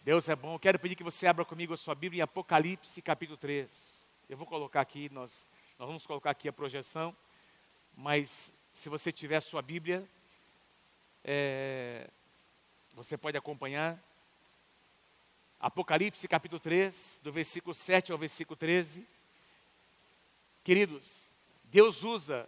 Deus é bom. Eu quero pedir que você abra comigo a sua Bíblia em Apocalipse, capítulo 3. Eu vou colocar aqui, nós vamos colocar aqui a projeção, mas se você tiver a sua Bíblia, você pode acompanhar. Apocalipse, capítulo 3, do versículo 7 ao versículo 13. Queridos, Deus usa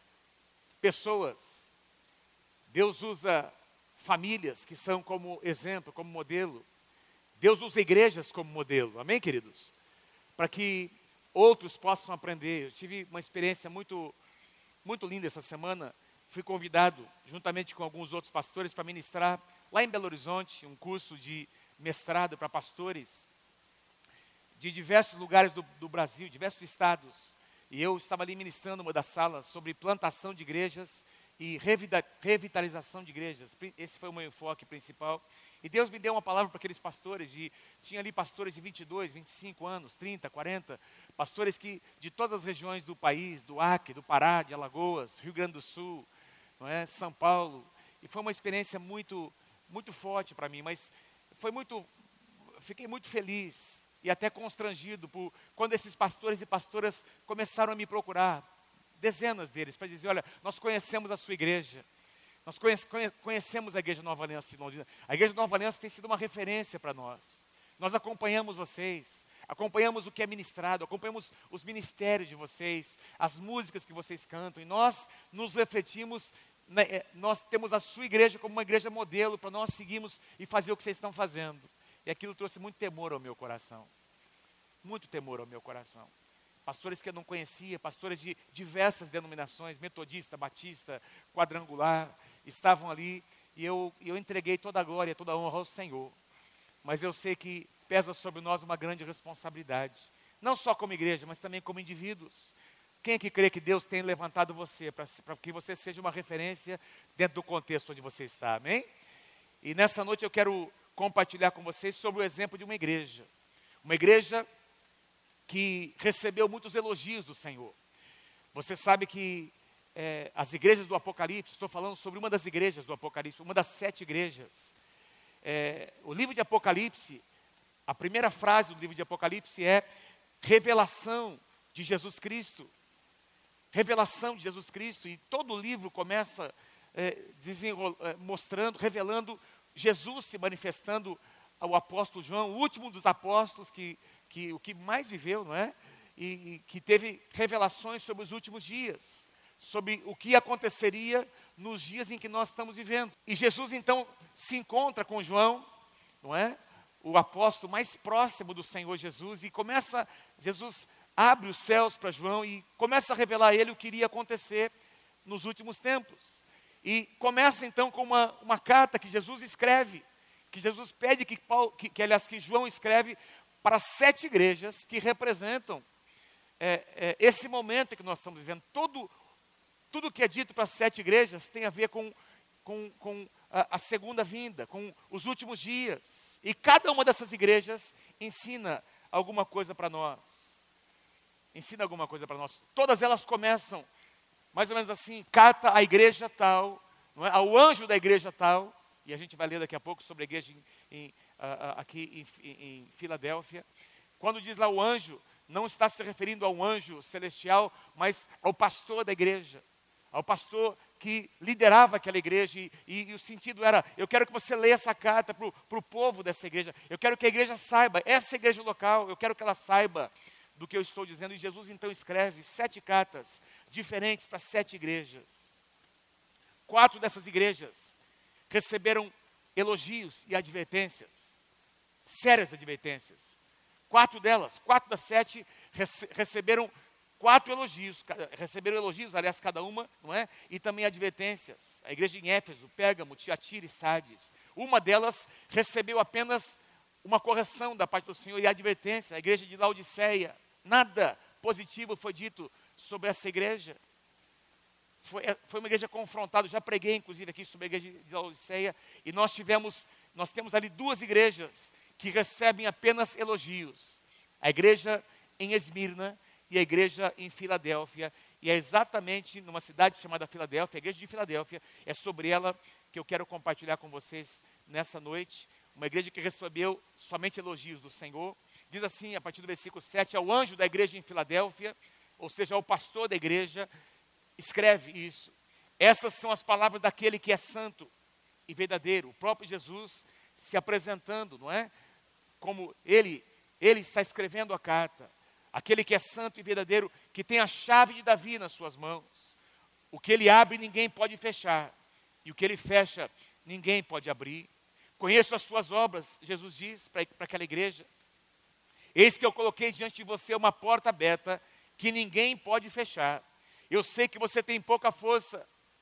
pessoas, Deus usa famílias que são como exemplo, como modelo. Deus usa igrejas como modelo, amém, queridos? Para que outros possam aprender. Eu tive uma experiência muito linda essa semana. Fui convidado, juntamente com alguns outros pastores, para ministrar lá em Belo Horizonte, um curso de mestrado para pastores de diversos lugares do Brasil, diversos estados. E eu estava ali ministrando uma das salas sobre plantação de igrejas e revitalização de igrejas. Esse foi o meu enfoque principal. E Deus me deu uma palavra para aqueles pastores, tinha ali pastores de 22, 25 anos, 30, 40, pastores de todas as regiões do país, do Acre, do Pará, de Alagoas, Rio Grande do Sul, São Paulo. E foi uma experiência muito forte para mim, mas fiquei muito feliz e até constrangido quando esses pastores e pastoras começaram a me procurar, dezenas deles, para dizer: olha, nós conhecemos a sua igreja. Nós conhecemos a Igreja Nova Aliança de Londrina. A Igreja Nova Aliança tem sido uma referência para nós. Nós acompanhamos vocês, acompanhamos o que é ministrado, acompanhamos os ministérios de vocês, as músicas que vocês cantam, e nós nos refletimos, nós temos a sua igreja como uma igreja modelo para nós seguirmos e fazer o que vocês estão fazendo. E aquilo trouxe muito temor ao meu coração. Muito temor ao meu coração. Pastores que eu não conhecia, pastores de diversas denominações, metodista, batista, quadrangular, estavam ali, e eu entreguei toda a glória, toda a honra ao Senhor. Mas eu sei que pesa sobre nós uma grande responsabilidade, não só como igreja, mas também como indivíduos. Quem é que crê que Deus tem levantado você para que você seja uma referência dentro do contexto onde você está, amém? E nessa noite eu quero compartilhar com vocês sobre o exemplo de uma igreja que recebeu muitos elogios do Senhor. Você sabe que as igrejas do Apocalipse, estou falando sobre uma das igrejas do Apocalipse, uma das 7 igrejas. O livro de Apocalipse, a primeira frase do livro de Apocalipse é revelação de Jesus Cristo. Revelação de Jesus Cristo, e todo o livro começa revelando Jesus se manifestando ao apóstolo João, o último dos apóstolos o que mais viveu, não é? E que teve revelações sobre os últimos dias, sobre o que aconteceria nos dias em que nós estamos vivendo. E Jesus então se encontra com João, não é? O apóstolo mais próximo do Senhor Jesus, e Jesus abre os céus para João e começa a revelar a ele o que iria acontecer nos últimos tempos. E começa então com uma carta que Jesus escreve, que Jesus pede que João escreve para 7 igrejas que representam esse momento que nós estamos vivendo. Tudo que é dito para 7 igrejas tem a ver com a segunda vinda, com os últimos dias. E cada uma dessas igrejas ensina alguma coisa para nós. Ensina alguma coisa para nós. Todas elas começam mais ou menos assim: carta à igreja tal, não é? Ao anjo da igreja tal. E a gente vai ler daqui a pouco sobre a igreja aqui em Filadélfia. Quando diz lá o anjo, não está se referindo ao anjo celestial, mas ao pastor da igreja, ao pastor que liderava aquela igreja. E o sentido era: eu quero que você leia essa carta para o povo dessa igreja, eu quero que a igreja saiba, essa igreja local, eu quero que ela saiba do que eu estou dizendo. E Jesus então escreve 7 cartas diferentes para 7 igrejas. 4 dessas igrejas receberam elogios e advertências, sérias advertências. 4 das 7 receberam 4 elogios, aliás, cada uma, não é? E também advertências. A igreja em Éfeso, Pérgamo, Tiatira e Sardes. Uma delas recebeu apenas uma correção da parte do Senhor e advertência. A igreja de Laodiceia, nada positivo foi dito sobre essa igreja. Foi uma igreja confrontada. Já preguei inclusive aqui sobre a igreja de Laodiceia, e nós temos ali 2 igrejas que recebem apenas elogios: a igreja em Esmirna e a igreja em Filadélfia. E é exatamente numa cidade chamada Filadélfia, a igreja de Filadélfia, é sobre ela que eu quero compartilhar com vocês nessa noite. uma igreja que recebeu somente elogios do Senhor. Diz assim, a partir do versículo 7, ao anjo da igreja em Filadélfia, ou seja, ao pastor da igreja, escreve isso. Essas são as palavras daquele que é santo e verdadeiro, o próprio Jesus se apresentando, não é? Como ele está escrevendo a carta. Aquele que é santo e verdadeiro, que tem a chave de Davi nas suas mãos. O que ele abre, ninguém pode fechar. E o que ele fecha, ninguém pode abrir. Conheço as tuas obras, Jesus diz para aquela igreja. Eis que eu coloquei diante de você uma porta aberta, que ninguém pode fechar. Eu sei que você tem pouca força,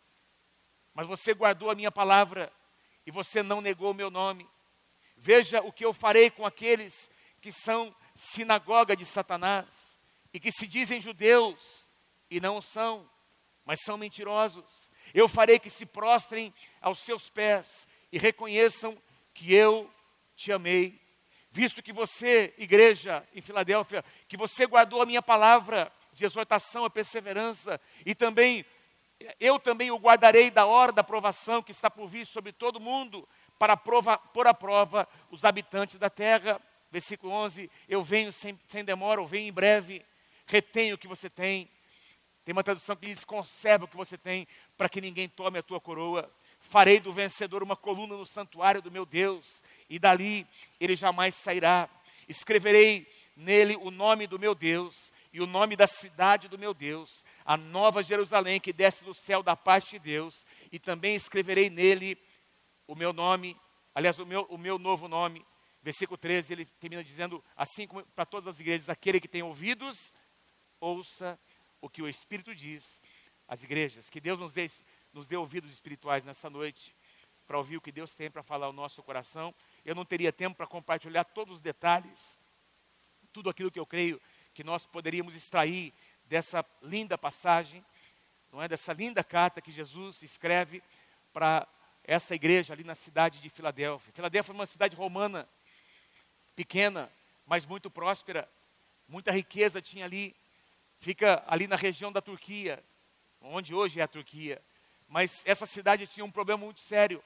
mas você guardou a minha palavra, e você não negou o meu nome. Veja o que eu farei com aqueles que são sinagoga de Satanás, e que se dizem judeus, e não são, mas são mentirosos. Eu farei que se prostrem aos seus pés, e reconheçam que eu te amei. Visto que você, igreja em Filadélfia, que você guardou a minha palavra de exortação à perseverança, e também, eu também o guardarei da hora da provação que está por vir sobre todo mundo, para pôr à prova os habitantes da terra. Versículo 11, eu venho sem demora, eu venho em breve, retenho o que você tem. Tem uma tradução que diz, conserva o que você tem, para que ninguém tome a tua coroa. Farei do vencedor uma coluna no santuário do meu Deus, e dali ele jamais sairá. Escreverei nele o nome do meu Deus, e o nome da cidade do meu Deus, a nova Jerusalém que desce do céu da parte de Deus, e também escreverei nele o meu nome, aliás, o meu novo nome. Versículo 13, ele termina dizendo, assim como para todas as igrejas, aquele que tem ouvidos, ouça o que o Espírito diz às igrejas. Que Deus nos dê ouvidos espirituais nessa noite, para ouvir o que Deus tem para falar ao nosso coração. Eu não teria tempo para compartilhar todos os detalhes, tudo aquilo que eu creio que nós poderíamos extrair dessa linda passagem, não é? Dessa linda carta que Jesus escreve para essa igreja ali na cidade de Filadélfia. Filadélfia é uma cidade romana, pequena, mas muito próspera, muita riqueza tinha ali, fica ali na região da Turquia, onde hoje é a Turquia. Mas essa cidade tinha um problema muito sério.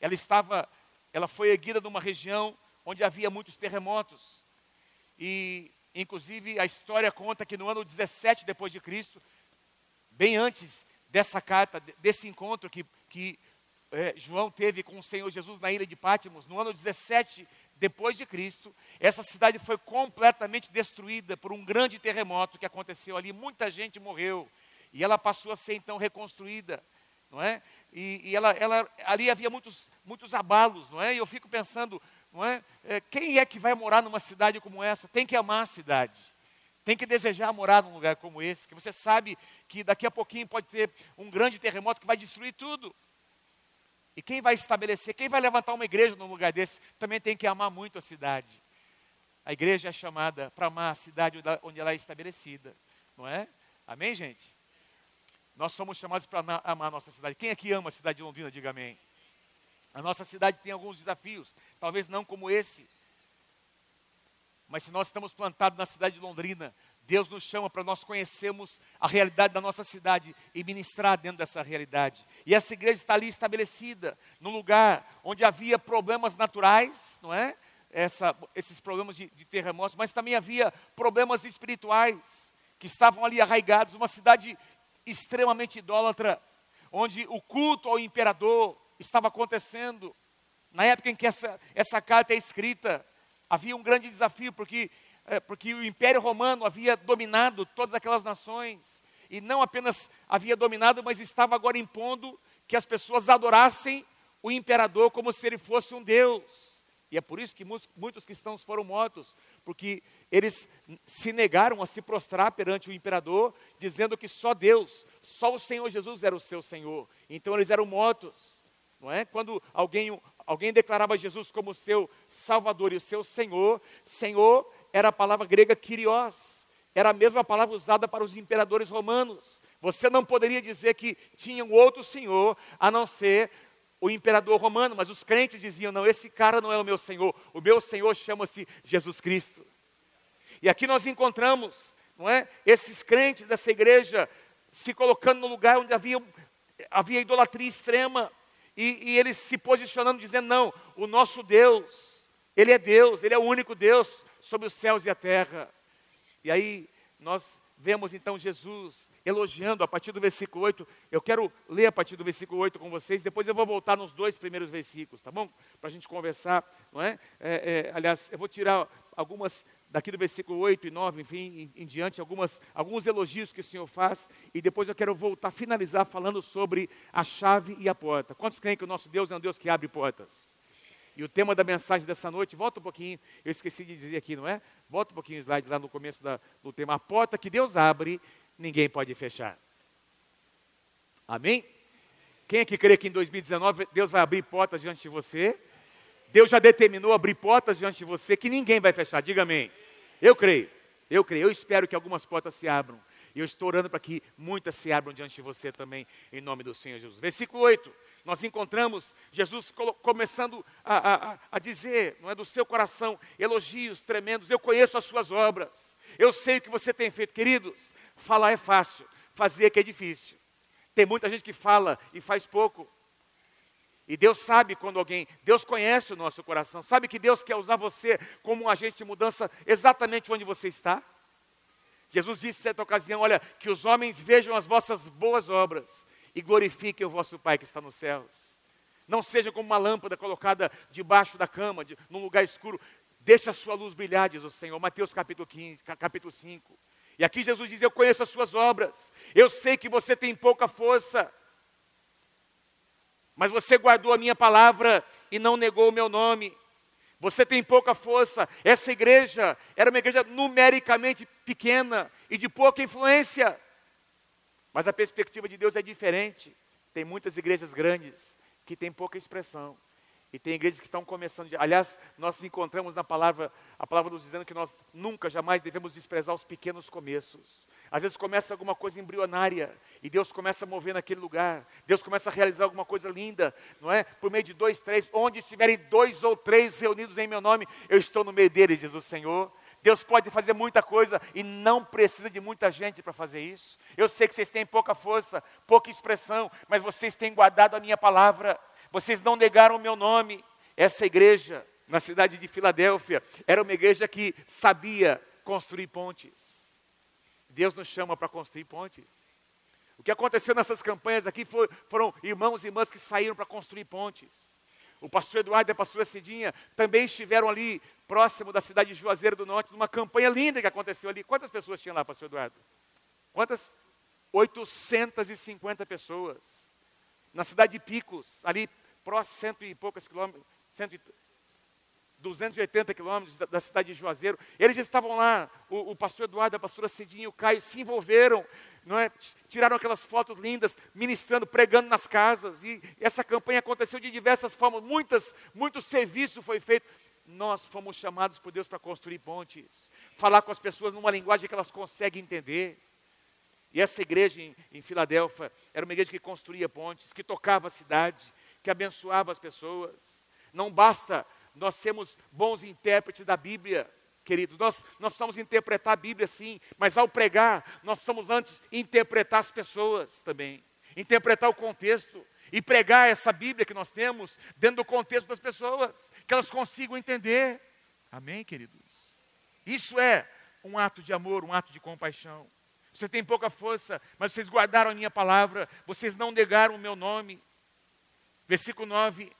Ela foi erguida numa região onde havia muitos terremotos. E, inclusive, a história conta que no ano 17 depois de Cristo, bem antes dessa carta, desse encontro que João teve com o Senhor Jesus na ilha de Pátimos, no ano 17 depois de Cristo, essa cidade foi completamente destruída por um grande terremoto que aconteceu ali. Muita gente morreu. E ela passou a ser então reconstruída, não é? E ali havia muitos abalos, não é? E eu fico pensando, não é? Quem é que vai morar numa cidade como essa? Tem que amar a cidade, tem que desejar morar num lugar como esse, que você sabe que daqui a pouquinho pode ter um grande terremoto que vai destruir tudo. E quem vai estabelecer, quem vai levantar uma igreja num lugar desse, também tem que amar muito a cidade. A igreja é chamada para amar a cidade onde ela é estabelecida, não é? Amém, gente? Nós somos chamados para amar a nossa cidade. Quem aqui ama a cidade de Londrina, diga amém. A nossa cidade tem alguns desafios, talvez não como esse. Mas se nós estamos plantados na cidade de Londrina, Deus nos chama para nós conhecermos a realidade da nossa cidade e ministrar dentro dessa realidade. E essa igreja está ali estabelecida, num lugar onde havia problemas naturais, não é? Esses problemas de terremotos, mas também havia problemas espirituais que estavam ali arraigados. Uma cidade extremamente idólatra, onde o culto ao imperador estava acontecendo. Na época em que essa carta é escrita, havia um grande desafio, porque o Império Romano havia dominado todas aquelas nações, e não apenas havia dominado, mas estava agora impondo que as pessoas adorassem o imperador como se ele fosse um Deus. E é por isso que muitos cristãos foram mortos, porque eles se negaram a se prostrar perante o imperador, dizendo que só Deus, só o Senhor Jesus era o seu Senhor. Então eles eram mortos, não é? Quando alguém declarava Jesus como seu Salvador e o seu Senhor, Senhor era a palavra grega Kyrios, era a mesma palavra usada para os imperadores romanos. Você não poderia dizer que tinha um outro Senhor, a não ser o imperador romano, mas os crentes diziam, não, esse cara não é o meu Senhor chama-se Jesus Cristo. E aqui nós encontramos, não é, esses crentes dessa igreja se colocando no lugar onde havia idolatria extrema, e eles se posicionando, dizendo, não, o nosso Deus Ele é Deus, Ele é o único Deus sobre os céus e a terra. E aí nós vemos então Jesus elogiando a partir do versículo 8. Eu quero ler a partir do versículo 8 com vocês, depois eu vou voltar nos 2 primeiros versículos, tá bom? Para a gente conversar, não é? Aliás, eu vou tirar algumas daqui do versículo 8 e 9, enfim, em diante, alguns elogios que o Senhor faz, e depois eu quero voltar, finalizar falando sobre a chave e a porta. Quantos creem que o nosso Deus é um Deus que abre portas? E o tema da mensagem dessa noite, volta um pouquinho, eu esqueci de dizer aqui, não é? Volta um pouquinho o slide lá no começo do tema. A porta que Deus abre, ninguém pode fechar. Amém? Quem é que crê que em 2019 Deus vai abrir portas diante de você? Deus já determinou abrir portas diante de você que ninguém vai fechar, diga amém. Eu creio, eu espero que algumas portas se abram. E eu estou orando para que muitas se abram diante de você também, em nome do Senhor Jesus. Versículo 8. Nós encontramos Jesus começando a dizer, não é, do seu coração, elogios tremendos. Eu conheço as suas obras, eu sei o que você tem feito. Queridos, falar é fácil, fazer é que é difícil. Tem muita gente que fala e faz pouco. E Deus sabe quando Deus conhece o nosso coração, sabe que Deus quer usar você como um agente de mudança exatamente onde você está. Jesus disse em certa ocasião, olha, que os homens vejam as vossas boas obras e glorifiquem o vosso Pai que está nos céus. Não seja como uma lâmpada colocada debaixo da cama, num lugar escuro. Deixe a sua luz brilhar, diz o Senhor. Mateus capítulo 5. E aqui Jesus diz, eu conheço as suas obras. Eu sei que você tem pouca força. Mas você guardou a minha palavra e não negou o meu nome. Você tem pouca força. Essa igreja era uma igreja numericamente pequena e de pouca influência. Mas a perspectiva de Deus é diferente. Tem muitas igrejas grandes que têm pouca expressão. E tem igrejas que estão começando. Aliás, nós encontramos na palavra, a palavra nos dizendo que nós nunca, jamais devemos desprezar os pequenos começos. Às vezes começa alguma coisa embrionária e Deus começa a mover naquele lugar. Deus começa a realizar alguma coisa linda, não é? Por meio de 2, 3, onde estiverem 2 ou 3 reunidos em meu nome, eu estou no meio deles, diz o Senhor. Deus pode fazer muita coisa e não precisa de muita gente para fazer isso. Eu sei que vocês têm pouca força, pouca expressão, mas vocês têm guardado a minha palavra. Vocês não negaram o meu nome. Essa igreja, na cidade de Filadélfia, era uma igreja que sabia construir pontes. Deus nos chama para construir pontes. O que aconteceu nessas campanhas aqui foram irmãos e irmãs que saíram para construir pontes. O pastor Eduardo e a pastora Cidinha também estiveram ali, próximo da cidade de Juazeiro do Norte, numa campanha linda que aconteceu ali. Quantas pessoas tinham lá, pastor Eduardo? Quantas? 850 pessoas. Na cidade de Picos, ali próximo, 100 e poucos quilômetros, 280 quilômetros da cidade de Juazeiro. Eles estavam lá, o pastor Eduardo, a pastora Cidinha e o Caio se envolveram, não é? Tiraram aquelas fotos lindas, ministrando, pregando nas casas. E essa campanha aconteceu de diversas formas, muito serviço foi feito. Nós fomos chamados por Deus para construir pontes, falar com as pessoas numa linguagem que elas conseguem entender. E essa igreja em Filadélfia era uma igreja que construía pontes, que tocava a cidade, que abençoava as pessoas. Não basta nós sermos bons intérpretes da Bíblia, queridos. Nós precisamos interpretar a Bíblia sim, mas ao pregar, nós precisamos antes interpretar as pessoas também. Interpretar o contexto e pregar essa Bíblia que nós temos dentro do contexto das pessoas, que elas consigam entender. Amém, queridos? Isso é um ato de amor, um ato de compaixão. Você tem pouca força, mas vocês guardaram a minha palavra, vocês não negaram o meu nome. Versículo 9.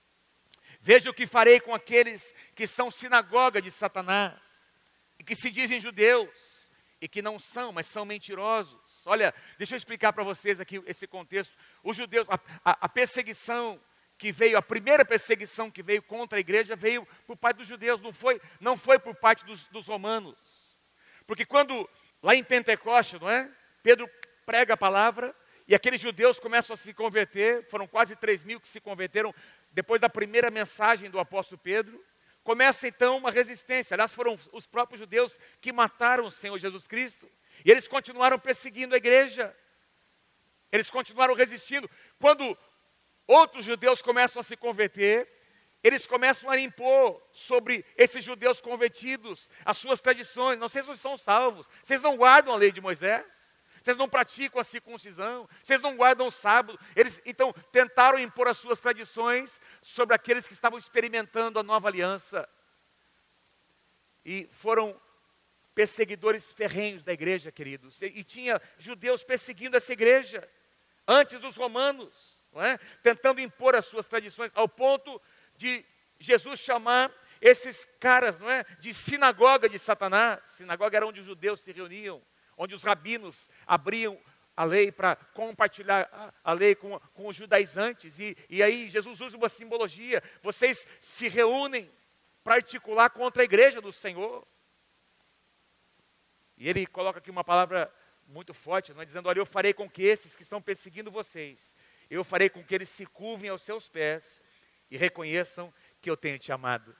Veja o que farei com aqueles que são sinagoga de Satanás, e que se dizem judeus, e que não são, mas são mentirosos. Olha, deixa eu explicar para vocês aqui esse contexto. Os judeus, a perseguição que veio, a primeira perseguição que veio contra a igreja, veio por parte dos judeus, não foi por parte dos romanos. Porque quando, lá em Pentecostes, não é? Pedro prega a palavra, e aqueles judeus começam a se converter, foram quase 3.000 que se converteram depois da primeira mensagem do apóstolo Pedro. Começa então uma resistência. Aliás, foram os próprios judeus que mataram o Senhor Jesus Cristo. E eles continuaram perseguindo a igreja. Eles continuaram resistindo. Quando outros judeus começam a se converter, eles começam a impor sobre esses judeus convertidos as suas tradições. Não sei se vocês são salvos. Vocês não guardam a lei de Moisés? Vocês não praticam a circuncisão? Vocês não guardam o sábado? Eles, então, tentaram impor as suas tradições sobre aqueles que estavam experimentando a nova aliança. e foram perseguidores ferrenhos da igreja, queridos. E tinha judeus perseguindo essa igreja, antes dos romanos, não é? Tentando impor as suas tradições, ao ponto de Jesus chamar esses caras, não é, de sinagoga de Satanás. Sinagoga era onde os judeus se reuniam, onde os rabinos abriam a lei para compartilhar a lei com os judaizantes. E aí Jesus usa uma simbologia: vocês se reúnem para articular contra a igreja do Senhor. E ele coloca aqui uma palavra muito forte, não é? Dizendo: olha, eu farei com que esses que estão perseguindo vocês, eu farei com que eles se curvem aos seus pés e reconheçam que eu tenho te amado.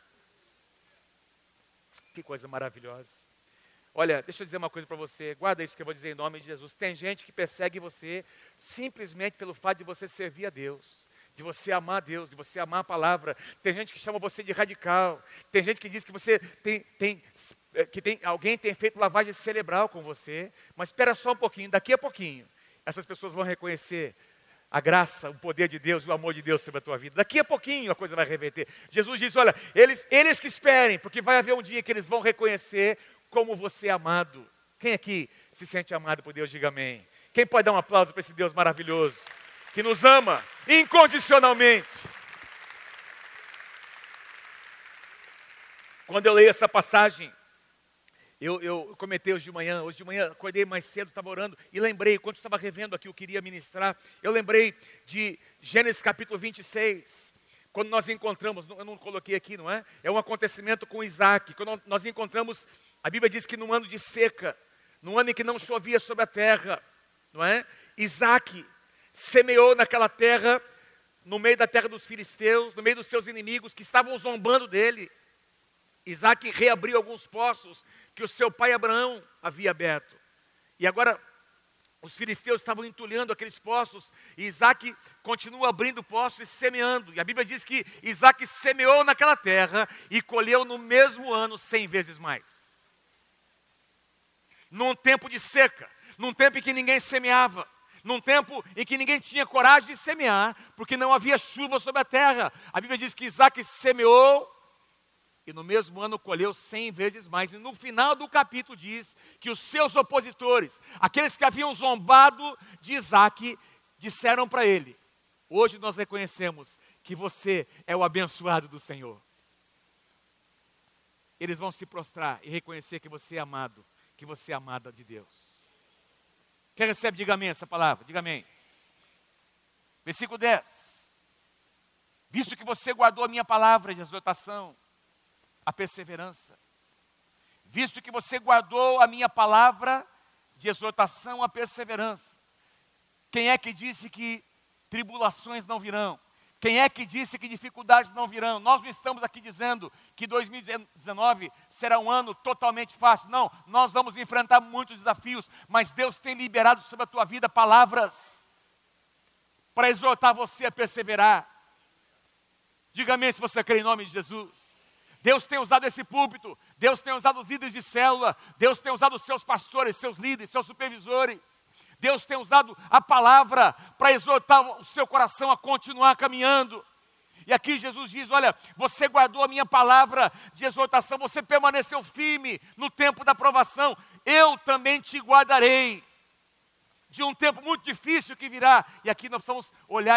Que coisa maravilhosa. Olha, deixa eu dizer uma coisa para você, guarda isso que eu vou dizer em nome de Jesus. Tem gente que persegue você simplesmente pelo fato de você servir a Deus, de você amar a Deus, de você amar a palavra. Tem gente que chama você de radical. Tem gente que diz que você alguém tem feito lavagem cerebral com você. Mas espera só um pouquinho, daqui a pouquinho, essas pessoas vão reconhecer a graça, o poder de Deus e o amor de Deus sobre a tua vida. Daqui a pouquinho a coisa vai reverter. Jesus diz: olha, eles que esperem, porque vai haver um dia que eles vão reconhecer como você é amado. Quem aqui se sente amado por Deus, diga amém. Quem pode dar um aplauso para esse Deus maravilhoso, que nos ama incondicionalmente? Quando eu leio essa passagem, eu comentei hoje de manhã acordei mais cedo, estava orando e lembrei, quando estava revendo aqui, eu queria ministrar, eu lembrei de Gênesis capítulo 26, quando nós encontramos, eu não coloquei aqui, não é? É um acontecimento com Isaac, quando nós encontramos, a Bíblia diz que num ano de seca, num ano em que não chovia sobre a terra, não é? Isaac semeou naquela terra, no meio da terra dos filisteus, no meio dos seus inimigos que estavam zombando dele. Isaac reabriu alguns poços que o seu pai Abraão havia aberto. E agora os filisteus estavam entulhando aqueles poços, e Isaac continua abrindo poços e semeando. E a Bíblia diz que Isaac semeou naquela terra e colheu no mesmo ano 100 vezes mais. Num tempo de seca, num tempo em que ninguém semeava, num tempo em que ninguém tinha coragem de semear, porque não havia chuva sobre a terra. A Bíblia diz que Isaac semeou, e no mesmo ano colheu 100 vezes mais. E no final do capítulo diz que os seus opositores, aqueles que haviam zombado de Isaac, disseram para ele: hoje nós reconhecemos que você é o abençoado do Senhor. Eles vão se prostrar e reconhecer que você é amado, que você é amada de Deus. Quem recebe, diga amém essa palavra, diga amém. Versículo 10. Visto que você guardou a minha palavra de exortação, a perseverança. Visto que você guardou a minha palavra de exortação, a perseverança. Quem é que disse que tribulações não virão? Quem é que disse que dificuldades não virão? Nós não estamos aqui dizendo que 2019 será um ano totalmente fácil. Não, nós vamos enfrentar muitos desafios, mas Deus tem liberado sobre a tua vida palavras para exortar você a perseverar. Diga amém se você crê em nome de Jesus. Deus tem usado esse púlpito, Deus tem usado os líderes de célula, Deus tem usado os seus pastores, seus líderes, seus supervisores. Deus tem usado a palavra para exortar o seu coração a continuar caminhando. E aqui Jesus diz: olha, você guardou a minha palavra de exortação, você permaneceu firme no tempo da provação, eu também te guardarei de um tempo muito difícil que virá. E aqui nós precisamos olhar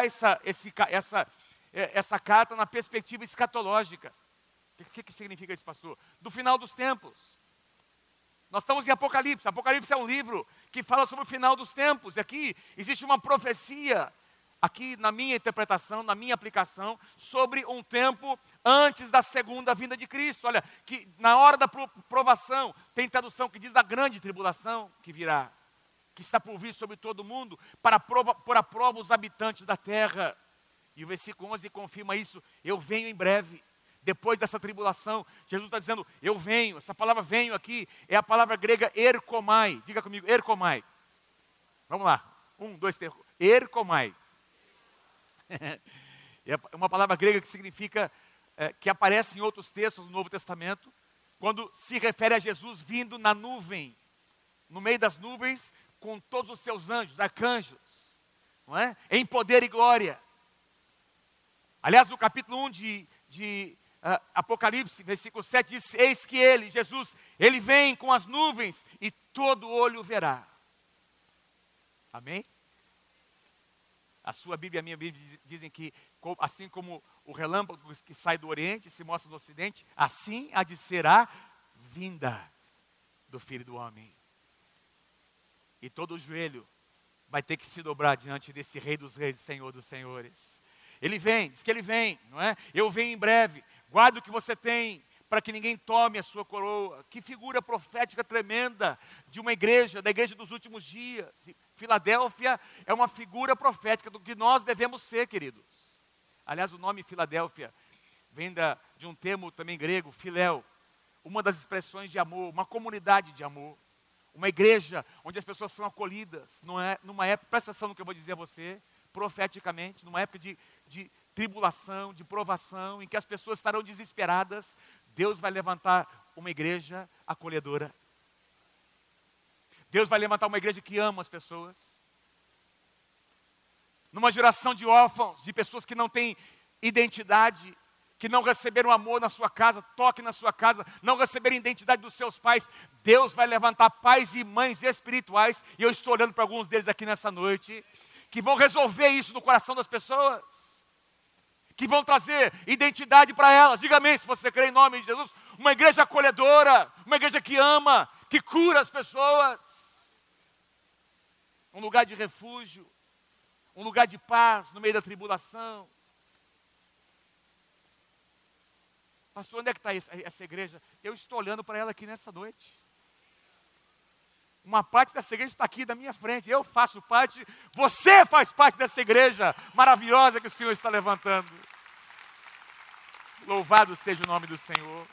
essa carta na perspectiva escatológica. O que significa isso, pastor? Do final dos tempos. Nós estamos em Apocalipse. Apocalipse é um livro que fala sobre o final dos tempos. E aqui existe uma profecia, aqui na minha interpretação, na minha aplicação, sobre um tempo antes da segunda vinda de Cristo. Olha, que na hora da provação, tem tradução que diz da grande tribulação que virá, que está por vir sobre todo mundo, para pôr à prova os habitantes da terra. E o versículo 11 confirma isso: eu venho em breve. Depois dessa tribulação, Jesus está dizendo: eu venho. Essa palavra venho aqui é a palavra grega erkomai. Diga comigo, erkomai. Vamos lá. 1, 2, 3. Erkomai. É uma palavra grega que significa, que aparece em outros textos do Novo Testamento, quando se refere a Jesus vindo na nuvem, no meio das nuvens, com todos os seus anjos, arcanjos, não é? Em poder e glória. Aliás, no capítulo 1 de Apocalipse, versículo 7 diz, eis que ele, Jesus, ele vem com as nuvens e todo olho o verá. Amém? A sua Bíblia e a minha Bíblia dizem que, assim como o relâmpago que sai do Oriente e se mostra no Ocidente, assim há de ser a vinda do Filho do Homem. E todo o joelho vai ter que se dobrar diante desse Rei dos Reis e Senhor dos Senhores. Ele vem, diz que ele vem, não é? Eu venho em breve, guarda o que você tem, para que ninguém tome a sua coroa. Que figura profética tremenda de uma igreja, da igreja dos últimos dias. Filadélfia é uma figura profética do que nós devemos ser, queridos. Aliás, o nome Filadélfia vem de um termo também grego, filéu, uma das expressões de amor, uma comunidade de amor. Uma igreja onde as pessoas são acolhidas, não é, numa época, presta atenção no que eu vou dizer a você, profeticamente, numa época de tribulação, de provação, em que as pessoas estarão desesperadas, Deus vai levantar uma igreja acolhedora. Deus vai levantar uma igreja que ama as pessoas. Numa geração de órfãos, de pessoas que não têm identidade, que não receberam amor na sua casa, toque na sua casa, não receberam identidade dos seus pais, Deus vai levantar pais e mães espirituais, e eu estou olhando para alguns deles aqui nessa noite, que vão resolver isso no coração das pessoas, que vão trazer identidade para elas. Diga amém se você crê em nome de Jesus. Uma igreja acolhedora, uma igreja que ama, que cura as pessoas, um lugar de refúgio, um lugar de paz no meio da tribulação. Pastor, onde é que está essa igreja? Eu estou olhando para ela aqui nessa noite. Uma parte dessa igreja está aqui da minha frente. Eu faço parte, você faz parte dessa igreja maravilhosa que o Senhor está levantando. Louvado seja o nome do Senhor.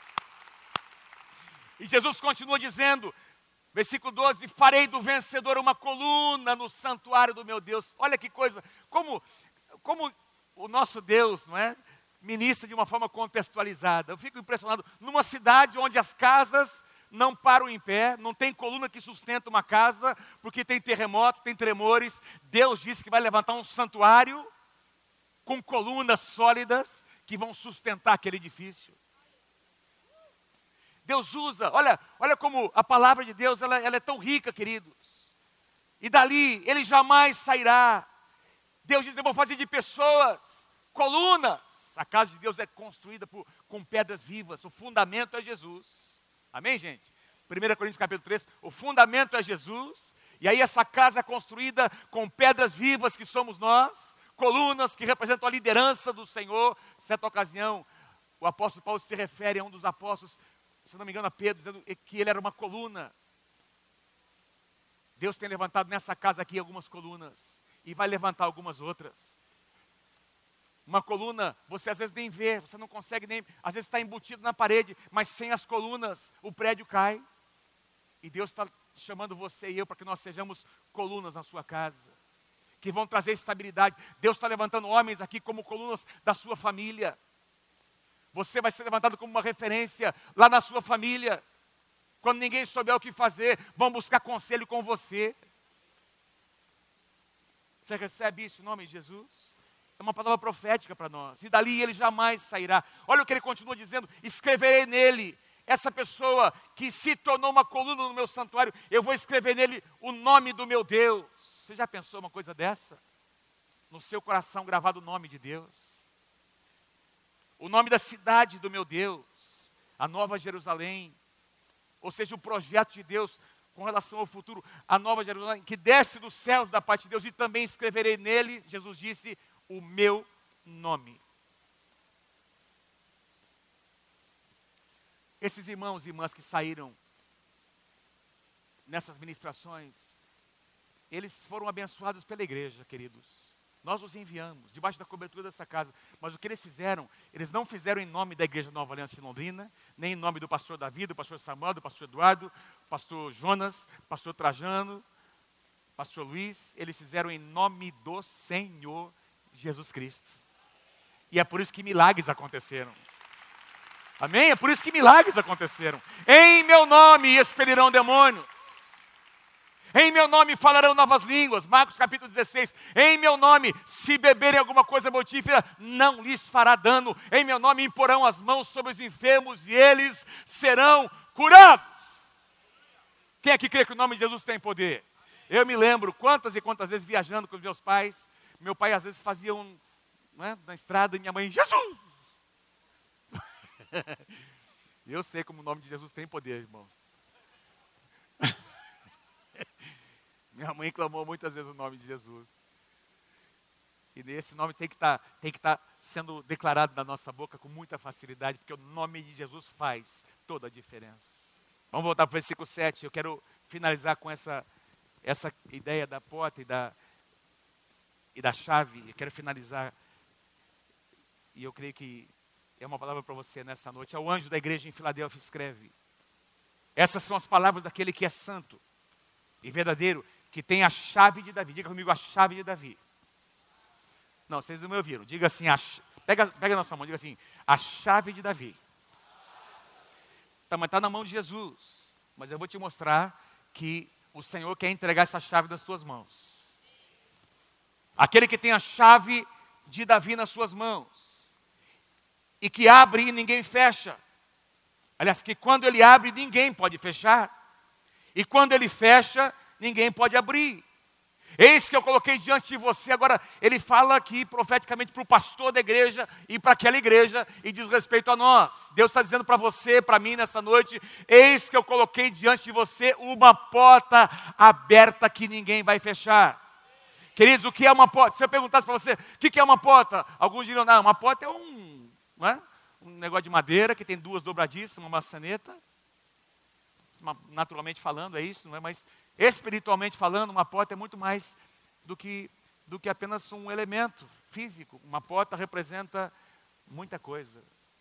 E Jesus continua dizendo, versículo 12, farei do vencedor uma coluna no santuário do meu Deus. Olha que coisa, como o nosso Deus, não é? Ministra de uma forma contextualizada. Eu fico impressionado, numa cidade onde as casas não param em pé, não tem coluna que sustenta uma casa, porque tem terremoto, tem tremores, Deus disse que vai levantar um santuário com colunas sólidas que vão sustentar aquele edifício. Deus usa, olha como a palavra de Deus, ela é tão rica, queridos. E dali, ele jamais sairá. Deus diz, eu vou fazer de pessoas colunas. A casa de Deus é construída com pedras vivas, o fundamento é Jesus. Amém, gente? 1 Coríntios capítulo 3, o fundamento é Jesus, e aí essa casa é construída com pedras vivas que somos nós, colunas que representam a liderança do Senhor. Certa ocasião, o apóstolo Paulo se refere a um dos apóstolos, se não me engano a Pedro, dizendo que ele era uma coluna. Deus tem levantado nessa casa aqui algumas colunas, e vai levantar algumas outras. Uma coluna, você às vezes nem vê, você não consegue nem, às vezes está embutido na parede, mas sem as colunas, o prédio cai. E Deus está chamando você e eu para que nós sejamos colunas na sua casa, que vão trazer estabilidade. Deus está levantando homens aqui como colunas da sua família. Você vai ser levantado como uma referência lá na sua família. Quando ninguém souber o que fazer, vão buscar conselho com você. Você recebe isso em nome de Jesus? É uma palavra profética para nós. E dali ele jamais sairá. Olha o que ele continua dizendo. Escreverei nele. Essa pessoa que se tornou uma coluna no meu santuário, eu vou escrever nele o nome do meu Deus. Você já pensou uma coisa dessa? No seu coração gravado o nome de Deus. O nome da cidade do meu Deus. A Nova Jerusalém. Ou seja, o projeto de Deus com relação ao futuro. A Nova Jerusalém que desce dos céus da parte de Deus. E também escreverei nele, Jesus disse, o meu nome. Esses irmãos e irmãs que saíram nessas ministrações, eles foram abençoados pela igreja, queridos. Nós os enviamos, debaixo da cobertura dessa casa. Mas o que eles fizeram, eles não fizeram em nome da Igreja Nova Aliança de Londrina, nem em nome do pastor Davi, do pastor Samuel, do pastor Eduardo, pastor Jonas, pastor Trajano, pastor Luiz. Eles fizeram em nome do Senhor Jesus Cristo. E é por isso que milagres aconteceram. Amém? É por isso que milagres aconteceram. Em meu nome expelirão demônios. Em meu nome falarão novas línguas. Marcos capítulo 16. Em meu nome, se beberem alguma coisa mortífera, não lhes fará dano. Em meu nome imporão as mãos sobre os enfermos e eles serão curados. Quem aqui crê que o nome de Jesus tem poder? Eu me lembro quantas e quantas vezes viajando com os meus pais, meu pai às vezes fazia na estrada e minha mãe, Jesus! Eu sei como o nome de Jesus tem poder, irmãos. Minha mãe clamou muitas vezes o nome de Jesus. E esse nome tem que estar sendo declarado na nossa boca com muita facilidade, porque o nome de Jesus faz toda a diferença. Vamos voltar para o versículo 7. Eu quero finalizar com essa ideia da porta e da chave. Eu quero finalizar, e eu creio que é uma palavra para você nessa noite. Ao anjo da igreja em Filadélfia escreve: essas são as palavras daquele que é santo e verdadeiro, que tem a chave de Davi. Diga comigo, a chave de Davi. Não, vocês não me ouviram. Diga assim, pega na sua mão, diga assim, a chave de Davi. Mas está na mão de Jesus. Mas eu vou te mostrar que o Senhor quer entregar essa chave nas suas mãos. Aquele que tem a chave de Davi nas suas mãos. E que abre e ninguém fecha. Aliás, que quando ele abre, ninguém pode fechar. E quando ele fecha, ninguém pode abrir. Eis que eu coloquei diante de você. Agora, ele fala aqui profeticamente para o pastor da igreja e para aquela igreja e diz respeito a nós. Deus está dizendo para você, para mim nessa noite: eis que eu coloquei diante de você uma porta aberta que ninguém vai fechar. Queridos, o que é uma porta? Se eu perguntasse para você, o que é uma porta? Alguns diriam, não, uma porta é um negócio de madeira que tem duas dobradiças, uma maçaneta. Naturalmente falando é isso, não é? Mas espiritualmente falando, uma porta é muito mais do que apenas um elemento físico. Uma porta representa muita coisa.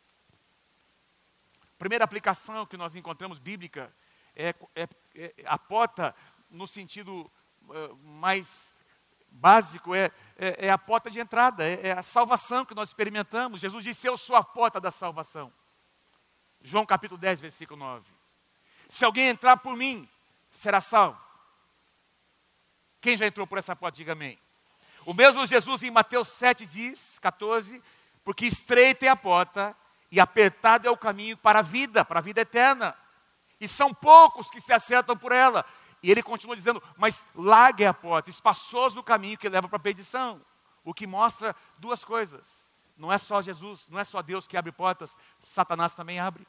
Primeira aplicação que nós encontramos bíblica é a porta no sentido mais básico, é a porta de entrada, é a salvação que nós experimentamos. Jesus disse: eu sou a porta da salvação. João capítulo 10, versículo 9. Se alguém entrar por mim, será salvo. Quem já entrou por essa porta, diga amém. O mesmo Jesus em Mateus 7 diz, 14, porque estreita é a porta e apertado é o caminho para a vida eterna. E são poucos que se acertam por ela. E ele continua dizendo, mas larga é a porta, espaçoso o caminho que leva para a perdição. O que mostra duas coisas. Não é só Jesus, não é só Deus que abre portas, Satanás também abre.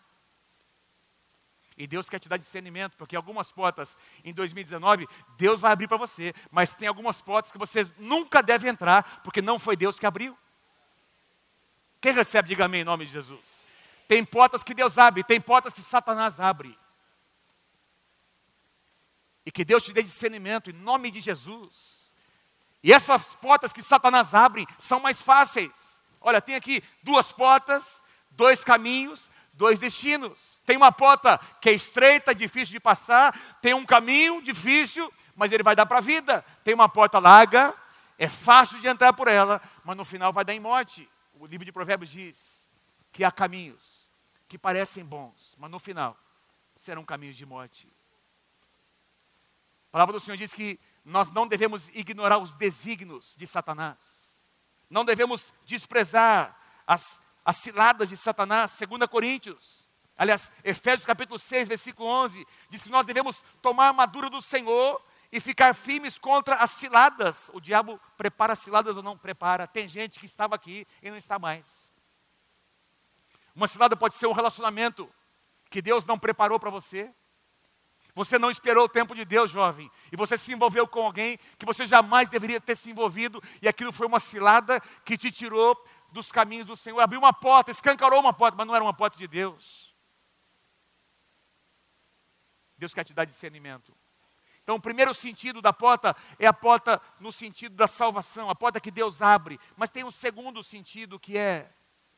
E Deus quer te dar discernimento, porque algumas portas em 2019, Deus vai abrir para você, mas tem algumas portas que você nunca deve entrar, porque não foi Deus que abriu. Quem recebe, diga amém em nome de Jesus. Tem portas que Deus abre, tem portas que Satanás abre. E que Deus te dê discernimento em nome de Jesus. E essas portas que Satanás abre são mais fáceis. Olha, tem aqui duas portas, dois caminhos, dois destinos. Tem uma porta que é estreita, difícil de passar. Tem um caminho difícil, mas ele vai dar para a vida. Tem uma porta larga, é fácil de entrar por ela, mas no final vai dar em morte. O livro de Provérbios diz que há caminhos que parecem bons, mas no final serão caminhos de morte. A palavra do Senhor diz que nós não devemos ignorar os desígnios de Satanás. Não devemos desprezar as ciladas de Satanás. 2 Coríntios, aliás, Efésios capítulo 6, versículo 11, diz que nós devemos tomar a armadura do Senhor e ficar firmes contra as ciladas. O diabo prepara ciladas ou não prepara? Tem gente que estava aqui e não está mais. Uma cilada pode ser um relacionamento que Deus não preparou para você. Você não esperou o tempo de Deus, jovem, e você se envolveu com alguém que você jamais deveria ter se envolvido, e aquilo foi uma cilada que te tirou dos caminhos do Senhor. Abriu uma porta, escancarou uma porta, mas não era uma porta de Deus. Deus quer te dar discernimento. Então, o primeiro sentido da porta é a porta no sentido da salvação, a porta que Deus abre. Mas tem um segundo sentido que é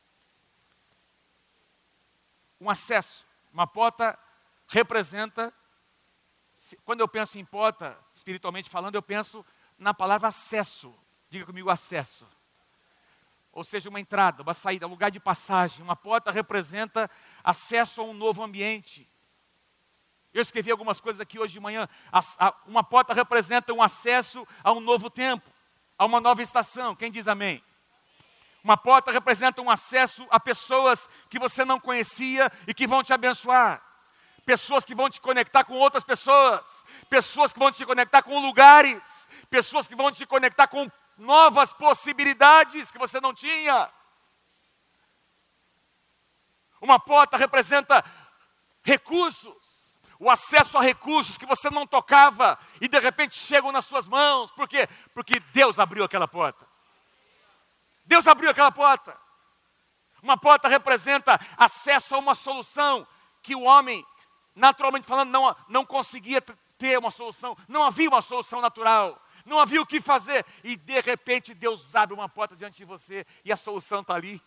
um acesso. Uma porta representa, quando eu penso em porta, espiritualmente falando, eu penso na palavra acesso. Diga comigo, acesso. Ou seja, uma entrada, uma saída, um lugar de passagem. Uma porta representa acesso a um novo ambiente. Eu escrevi algumas coisas aqui hoje de manhã. Uma porta representa um acesso a um novo tempo, a uma nova estação. Quem diz amém? Uma porta representa um acesso a pessoas que você não conhecia e que vão te abençoar. Pessoas que vão te conectar com outras pessoas. Pessoas que vão te conectar com lugares. Pessoas que vão te conectar com novas possibilidades que você não tinha. Uma porta representa recursos. O acesso a recursos que você não tocava e de repente chegam nas suas mãos. Por quê? Porque Deus abriu aquela porta. Deus abriu aquela porta. Uma porta representa acesso a uma solução que o homem, naturalmente falando, não conseguia ter uma solução. Não havia uma solução natural. Não havia o que fazer. E de repente Deus abre uma porta diante de você e a solução está ali.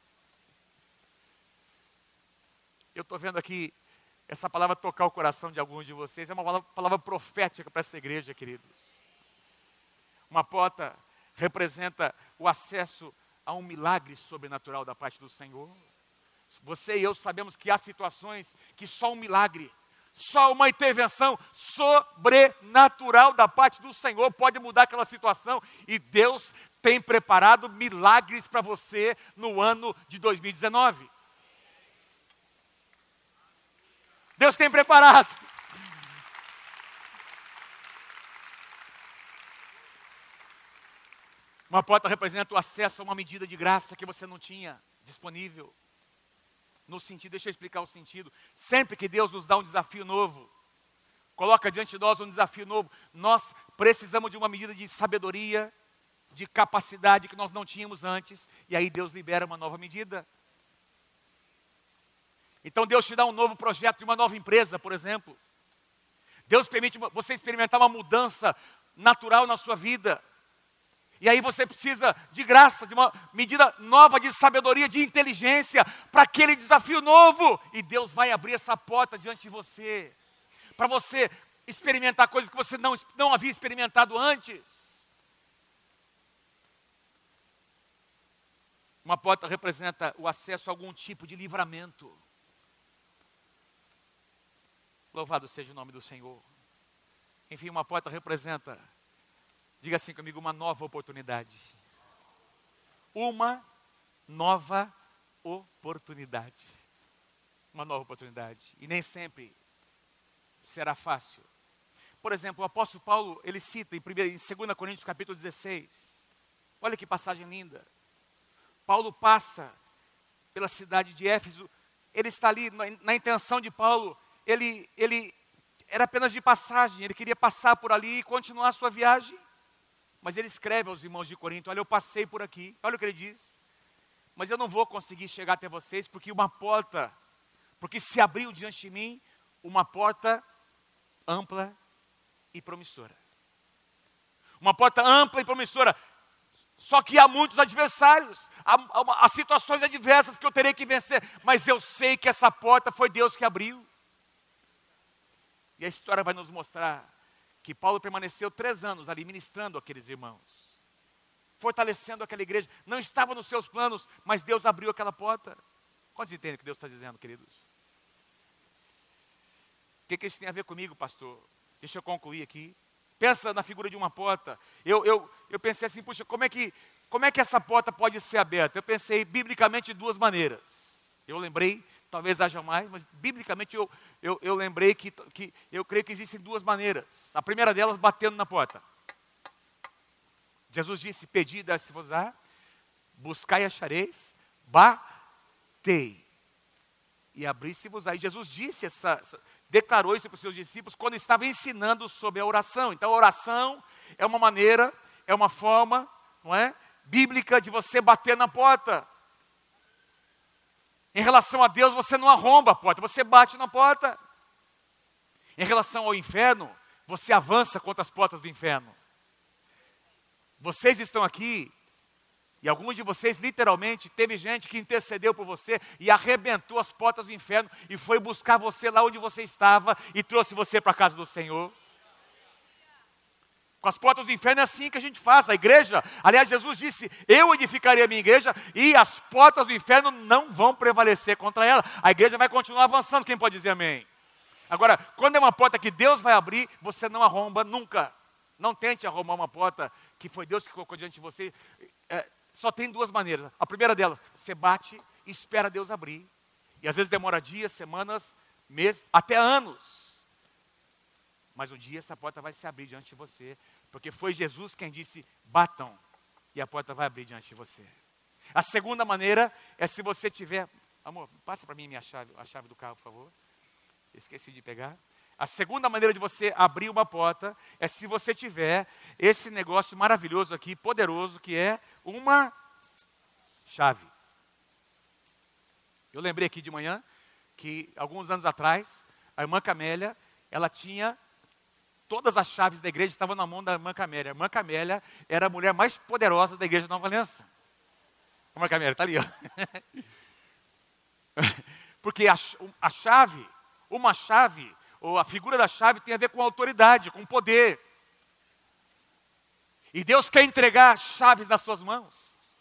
Eu estou vendo aqui essa palavra tocar o coração de alguns de vocês. É uma palavra profética para essa igreja, queridos. Uma porta representa o acesso a um milagre sobrenatural da parte do Senhor. Você e eu sabemos que há situações que só um milagre, só uma intervenção sobrenatural da parte do Senhor pode mudar aquela situação. E Deus tem preparado milagres para você no ano de 2019. Deus tem preparado. Uma porta representa o acesso a uma medida de graça que você não tinha disponível. No sentido, deixa eu explicar o sentido. Sempre que Deus nos dá um desafio novo, coloca diante de nós um desafio novo, nós precisamos de uma medida de sabedoria, de capacidade que nós não tínhamos antes, e aí Deus libera uma nova medida. Então Deus te dá um novo projeto de uma nova empresa, por exemplo. Deus permite você experimentar uma mudança natural na sua vida. E aí você precisa de graça, de uma medida nova de sabedoria, de inteligência, para aquele desafio novo. E Deus vai abrir essa porta diante de você, para você experimentar coisas que você não havia experimentado antes. Uma porta representa o acesso a algum tipo de livramento. Louvado seja o nome do Senhor. Enfim, uma porta representa, diga assim comigo, uma nova oportunidade. Uma nova oportunidade. Uma nova oportunidade. E nem sempre será fácil. Por exemplo, o apóstolo Paulo, ele cita em 2 Coríntios capítulo 16. Olha que passagem linda. Paulo passa pela cidade de Éfeso. Ele está ali, na intenção de Paulo, ele era apenas de passagem. Ele queria passar por ali e continuar a sua viagem. Mas ele escreve aos irmãos de Corinto: olha, eu passei por aqui, olha o que ele diz, mas eu não vou conseguir chegar até vocês, porque se abriu diante de mim uma porta ampla e promissora. Uma porta ampla e promissora, só que há muitos adversários, há situações adversas que eu terei que vencer, mas eu sei que essa porta foi Deus que abriu. E a história vai nos mostrar que Paulo permaneceu 3 anos ali ministrando aqueles irmãos, fortalecendo aquela igreja. Não estava nos seus planos, mas Deus abriu aquela porta. Quantos entendem o que Deus está dizendo, queridos? O que isso tem a ver comigo, pastor? Deixa eu concluir aqui. Pensa na figura de uma porta. Eu pensei assim, puxa, como é que essa porta pode ser aberta? Eu pensei biblicamente de 2 maneiras. Eu lembrei, talvez haja mais, mas biblicamente eu lembrei que eu creio que existem 2 maneiras. A primeira delas, batendo na porta. Jesus disse: pedi e dar-se-vos-á, buscai e achareis, batei e abri-se-vos-á. E Jesus disse declarou isso para os seus discípulos quando estava ensinando sobre a oração. Então a oração é uma maneira, é uma forma, não é, bíblica de você bater na porta. Em relação a Deus, você não arromba a porta, você bate na porta. Em relação ao inferno, você avança contra as portas do inferno. Vocês estão aqui, e alguns de vocês, literalmente, teve gente que intercedeu por você e arrebentou as portas do inferno e foi buscar você lá onde você estava e trouxe você para a casa do Senhor. Com as portas do inferno é assim que a gente faz. A igreja, aliás, Jesus disse: eu edificarei a minha igreja e as portas do inferno não vão prevalecer contra ela. A igreja vai continuar avançando. Quem pode dizer amém? Agora, quando é uma porta que Deus vai abrir, você não arromba nunca. Não tente arrombar uma porta que foi Deus que colocou diante de você. Só tem duas maneiras. A primeira delas, você bate e espera Deus abrir. E às vezes demora dias, semanas, meses, até anos. Mas um dia essa porta vai se abrir diante de você. Porque foi Jesus quem disse, batam. E a porta vai abrir diante de você. A segunda maneira é se você tiver... Amor, passa para mim a chave do carro, por favor. Esqueci de pegar. A segunda maneira de você abrir uma porta é se você tiver esse negócio maravilhoso aqui, poderoso, que é uma chave. Eu lembrei aqui de manhã que alguns anos atrás, a irmã Camélia, ela tinha todas as chaves da igreja, estavam na mão da irmã Camélia. A irmã Camélia era a mulher mais poderosa da igreja de Nova Aliança. A irmã Camélia está ali, ó. Porque a chave, uma chave, ou a figura da chave tem a ver com autoridade, com poder. E Deus quer entregar chaves nas suas mãos.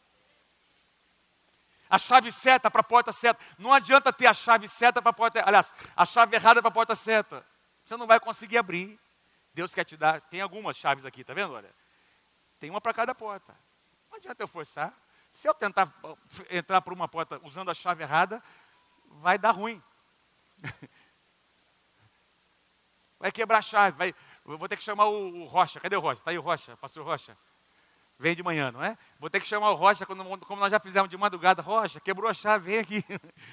A chave certa para a porta certa. Não adianta ter a chave certa para a porta... Aliás, a chave errada para a porta certa. Você não vai conseguir abrir. Deus quer te dar... Tem algumas chaves aqui, tá vendo? Olha, tem uma para cada porta. Não adianta eu forçar. Se eu tentar entrar por uma porta usando a chave errada, vai dar ruim. Vai quebrar a chave. Eu vou ter que chamar o Rocha. Cadê o Rocha? Está aí o Rocha, pastor Rocha. Vem de manhã, não é? Vou ter que chamar o Rocha, como nós já fizemos de madrugada. Rocha, quebrou a chave, vem aqui.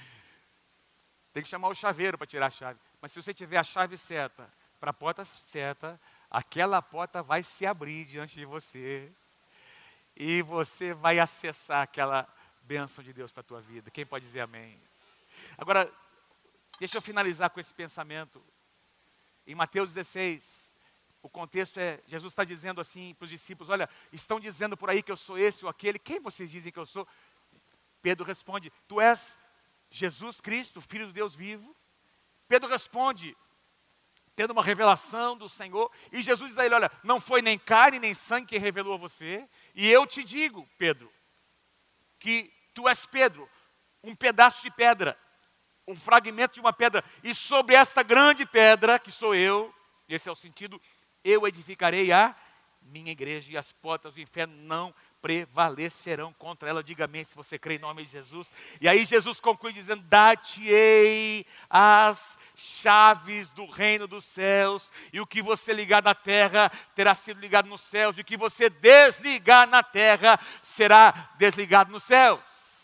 Tem que chamar o chaveiro para tirar a chave. Mas se você tiver a chave certa, para a porta certa, aquela porta vai se abrir diante de você. E você vai acessar aquela bênção de Deus para a tua vida. Quem pode dizer amém? Agora, deixa eu finalizar com esse pensamento. Em Mateus 16, o contexto é, Jesus está dizendo assim para os discípulos, olha, estão dizendo por aí que eu sou esse ou aquele, quem vocês dizem que eu sou? Pedro responde, tu és Jesus Cristo, Filho do Deus vivo. Pedro responde, tendo uma revelação do Senhor, e Jesus diz a ele, olha, não foi nem carne nem sangue que revelou a você, e eu te digo, Pedro, que tu és Pedro, um pedaço de pedra, um fragmento de uma pedra, e sobre esta grande pedra, que sou eu, esse é o sentido, eu edificarei a minha igreja, e as portas do inferno não prevalecerão contra ela. Diga amém se você crê em nome de Jesus. E aí Jesus conclui dizendo, dar-te-ei as chaves do reino dos céus, e o que você ligar na terra, terá sido ligado nos céus, e o que você desligar na terra, será desligado nos céus.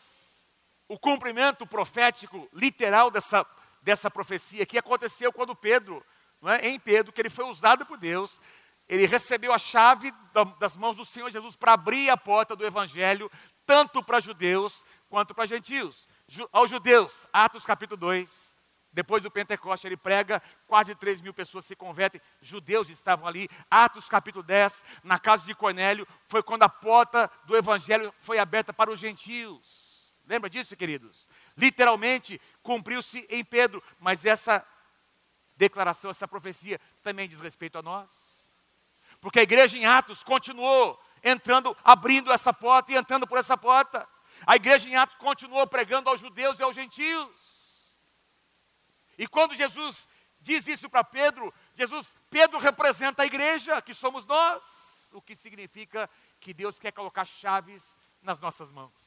O cumprimento profético, literal dessa profecia que aconteceu quando Pedro, não é? Em Pedro, que ele foi usado por Deus, ele recebeu a chave das mãos do Senhor Jesus para abrir a porta do Evangelho, tanto para judeus quanto para gentios. Aos judeus, Atos capítulo 2, depois do Pentecoste, ele prega, quase 3.000 pessoas se convertem, judeus estavam ali. Atos capítulo 10, na casa de Cornélio, foi quando a porta do Evangelho foi aberta para os gentios. Lembra disso, queridos? Literalmente, cumpriu-se em Pedro, mas essa declaração, essa profecia, também diz respeito a nós. Porque a igreja em Atos continuou entrando, abrindo essa porta e entrando por essa porta. A igreja em Atos continuou pregando aos judeus e aos gentios. E quando Jesus diz isso para Pedro, Pedro representa a igreja, que somos nós. O que significa que Deus quer colocar chaves nas nossas mãos.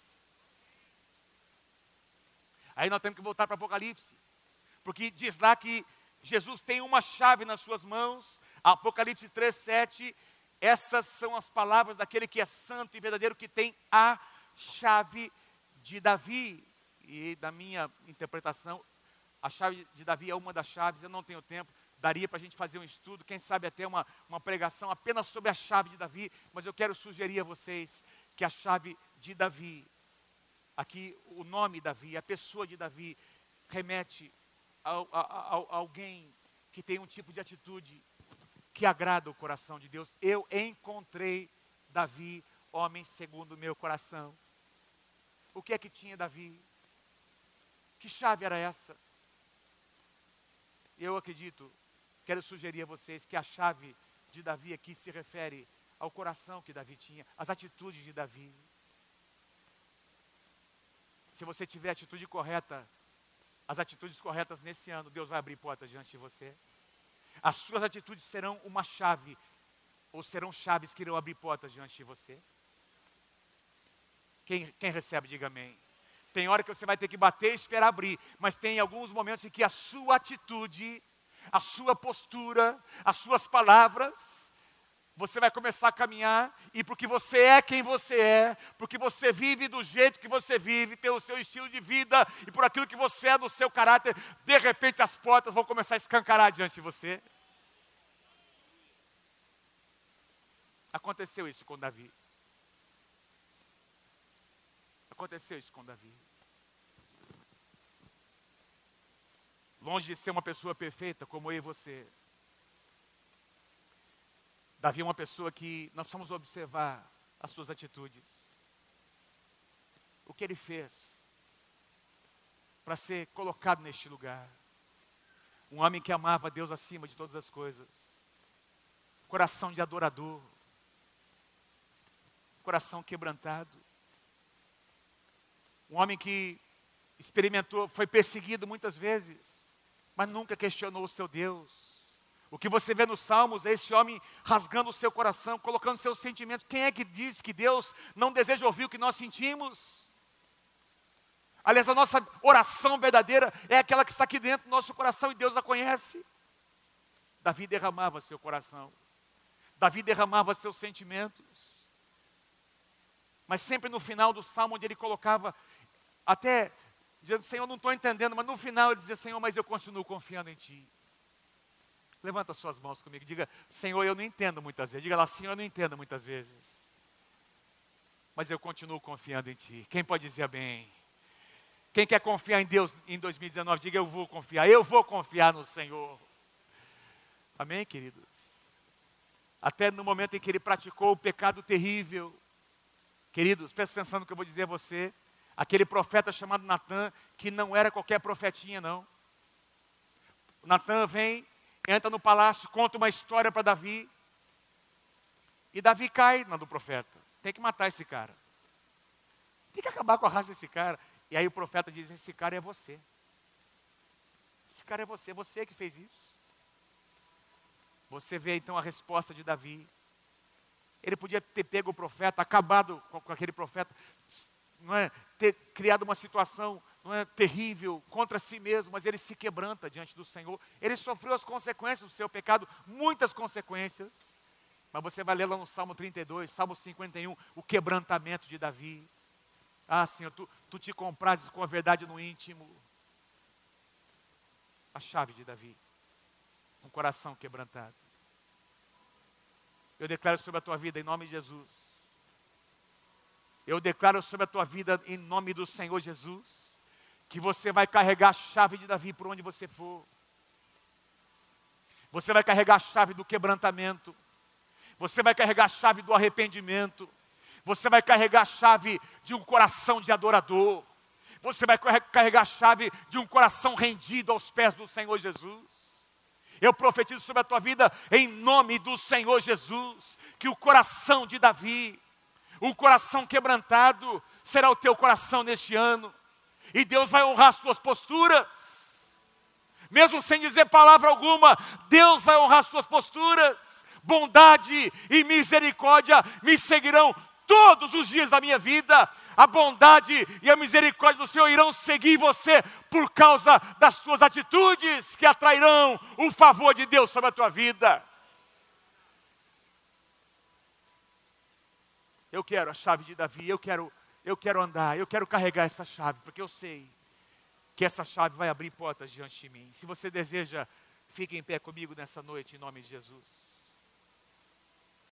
Aí nós temos que voltar para Apocalipse, porque diz lá que Jesus tem uma chave nas suas mãos, Apocalipse 3:7, essas são as palavras daquele que é santo e verdadeiro, que tem a chave de Davi. E da minha interpretação, a chave de Davi é uma das chaves, eu não tenho tempo, daria para a gente fazer um estudo, quem sabe até uma pregação apenas sobre a chave de Davi, mas eu quero sugerir a vocês que a chave de Davi, aqui o nome Davi, a pessoa de Davi, remete a alguém que tem um tipo de atitude que agrada o coração de Deus. Eu encontrei Davi, homem segundo o meu coração. O que é que tinha Davi? Que chave era essa? Eu acredito, quero sugerir a vocês que a chave de Davi aqui se refere ao coração que Davi tinha, às atitudes de Davi. Se você tiver a atitude correta, as atitudes corretas nesse ano, Deus vai abrir portas diante de você. As suas atitudes serão uma chave, ou serão chaves que irão abrir portas diante de você. Quem recebe, diga amém. Tem hora que você vai ter que bater e esperar abrir, mas tem alguns momentos em que a sua atitude, a sua postura, as suas palavras, você vai começar a caminhar, e porque você é quem você é, porque você vive do jeito que você vive, pelo seu estilo de vida, e por aquilo que você é no seu caráter, de repente as portas vão começar a escancarar diante de você. Aconteceu isso com Davi. Aconteceu isso com Davi. Longe de ser uma pessoa perfeita como eu e você, Davi é uma pessoa que nós precisamos observar as suas atitudes. O que ele fez para ser colocado neste lugar. Um homem que amava Deus acima de todas as coisas. Coração de adorador. Coração quebrantado. Um homem que experimentou, foi perseguido muitas vezes, mas nunca questionou o seu Deus. O que você vê nos Salmos é esse homem rasgando o seu coração, colocando seus sentimentos. Quem é que diz que Deus não deseja ouvir o que nós sentimos? Aliás, a nossa oração verdadeira é aquela que está aqui dentro do nosso coração e Deus a conhece. Davi derramava seu coração. Davi derramava seus sentimentos. Mas sempre no final do Salmo, onde ele colocava, até dizendo, Senhor, não estou entendendo, mas no final ele dizia, Senhor, mas eu continuo confiando em Ti. Levanta suas mãos comigo, diga, Senhor, eu não entendo muitas vezes. Diga lá, Senhor, eu não entendo muitas vezes, mas eu continuo confiando em Ti. Quem pode dizer amém? Quem quer confiar em Deus em 2019, diga, eu vou confiar no Senhor. Amém, queridos? Até no momento em que ele praticou o pecado terrível. Queridos, presta atenção no que eu vou dizer a você. Aquele profeta chamado Natã, que não era qualquer profetinha, não. Natã vem, entra no palácio, conta uma história para Davi. E Davi cai na do profeta. Tem que matar esse cara. Tem que acabar com a raça desse cara. E aí o profeta diz, esse cara é você. Esse cara é você que fez isso. Você vê então a resposta de Davi. Ele podia ter pego o profeta, acabado com aquele profeta, não é? Ter criado uma situação, não é, terrível contra si mesmo, mas ele se quebranta diante do Senhor. Ele sofreu as consequências do seu pecado, muitas consequências. Mas você vai ler lá no Salmo 32, Salmo 51, o quebrantamento de Davi. Ah, Senhor, tu te comprases com a verdade no íntimo. A chave de Davi, um coração quebrantado. Eu declaro sobre a tua vida em nome de Jesus. Eu declaro sobre a tua vida em nome do Senhor Jesus, que você vai carregar a chave de Davi por onde você for. Você vai carregar a chave do quebrantamento. Você vai carregar a chave do arrependimento. Você vai carregar a chave de um coração de adorador. Você vai carregar a chave de um coração rendido aos pés do Senhor Jesus. Eu profetizo sobre a tua vida, em nome do Senhor Jesus, que o coração de Davi, o coração quebrantado, será o teu coração neste ano. E Deus vai honrar as tuas posturas. Mesmo sem dizer palavra alguma, Deus vai honrar as tuas posturas. Bondade e misericórdia me seguirão todos os dias da minha vida. A bondade e a misericórdia do Senhor irão seguir você por causa das tuas atitudes que atrairão o favor de Deus sobre a tua vida. Eu quero a chave de Davi, eu quero andar, eu quero carregar essa chave, porque eu sei que essa chave vai abrir portas diante de mim. Se você deseja, fique em pé comigo nessa noite, em nome de Jesus.